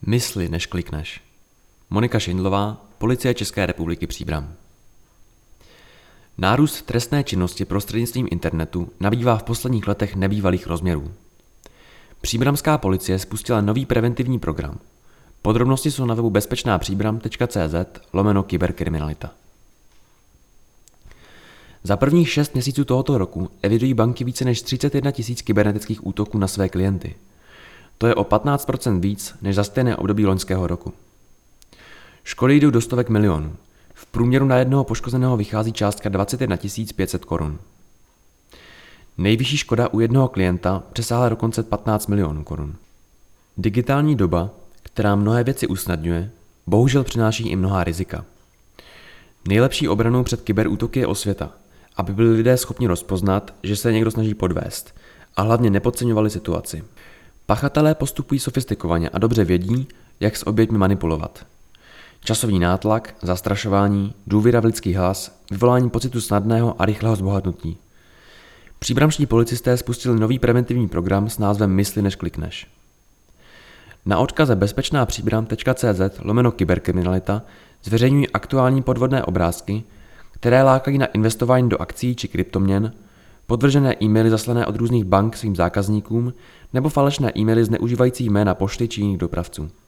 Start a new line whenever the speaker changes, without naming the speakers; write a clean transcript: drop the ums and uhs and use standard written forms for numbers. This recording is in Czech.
Mysli, než klikneš. Monika Šindlová, Policie České republiky Příbram. Nárůst trestné činnosti prostřednictvím internetu nabývá v posledních letech nebývalých rozměrů. Příbramská policie spustila nový preventivní program. Podrobnosti jsou na webu bezpečnápříbram.cz/kyberkriminalita. Za prvních 6 měsíců tohoto roku evidují banky více než 31 000 kybernetických útoků na své klienty. To je o 15% víc než za stejné období loňského roku. Škody jdou do stovek milionů. V průměru na jednoho poškozeného vychází částka 21 500 korun. Nejvyšší škoda u jednoho klienta přesáhla dokonce 15 milionů korun. Digitální doba, která mnohé věci usnadňuje, bohužel přináší i mnohá rizika. Nejlepší obranou před kyberútoky je osvěta, aby byli lidé schopni rozpoznat, že se někdo snaží podvést, a hlavně nepodceňovali situaci. Pachatelé postupují sofistikovaně a dobře vědí, jak s oběťmi manipulovat. Časový nátlak, zastrašování, důvěra v lidský hlas, vyvolání pocitu snadného a rychlého zbohatnutí. Příbramští policisté spustili nový preventivní program s názvem Mysli, než klikneš. Na odkaze bezpečnápříbram.cz/kyberkriminalita zveřejňují aktuální podvodné obrázky, které lákají na investování do akcií či kryptoměn, podvržené e-maily zaslané od různých bank svým zákazníkům nebo falešné e-maily zneužívající jména pošty či jiných dopravců.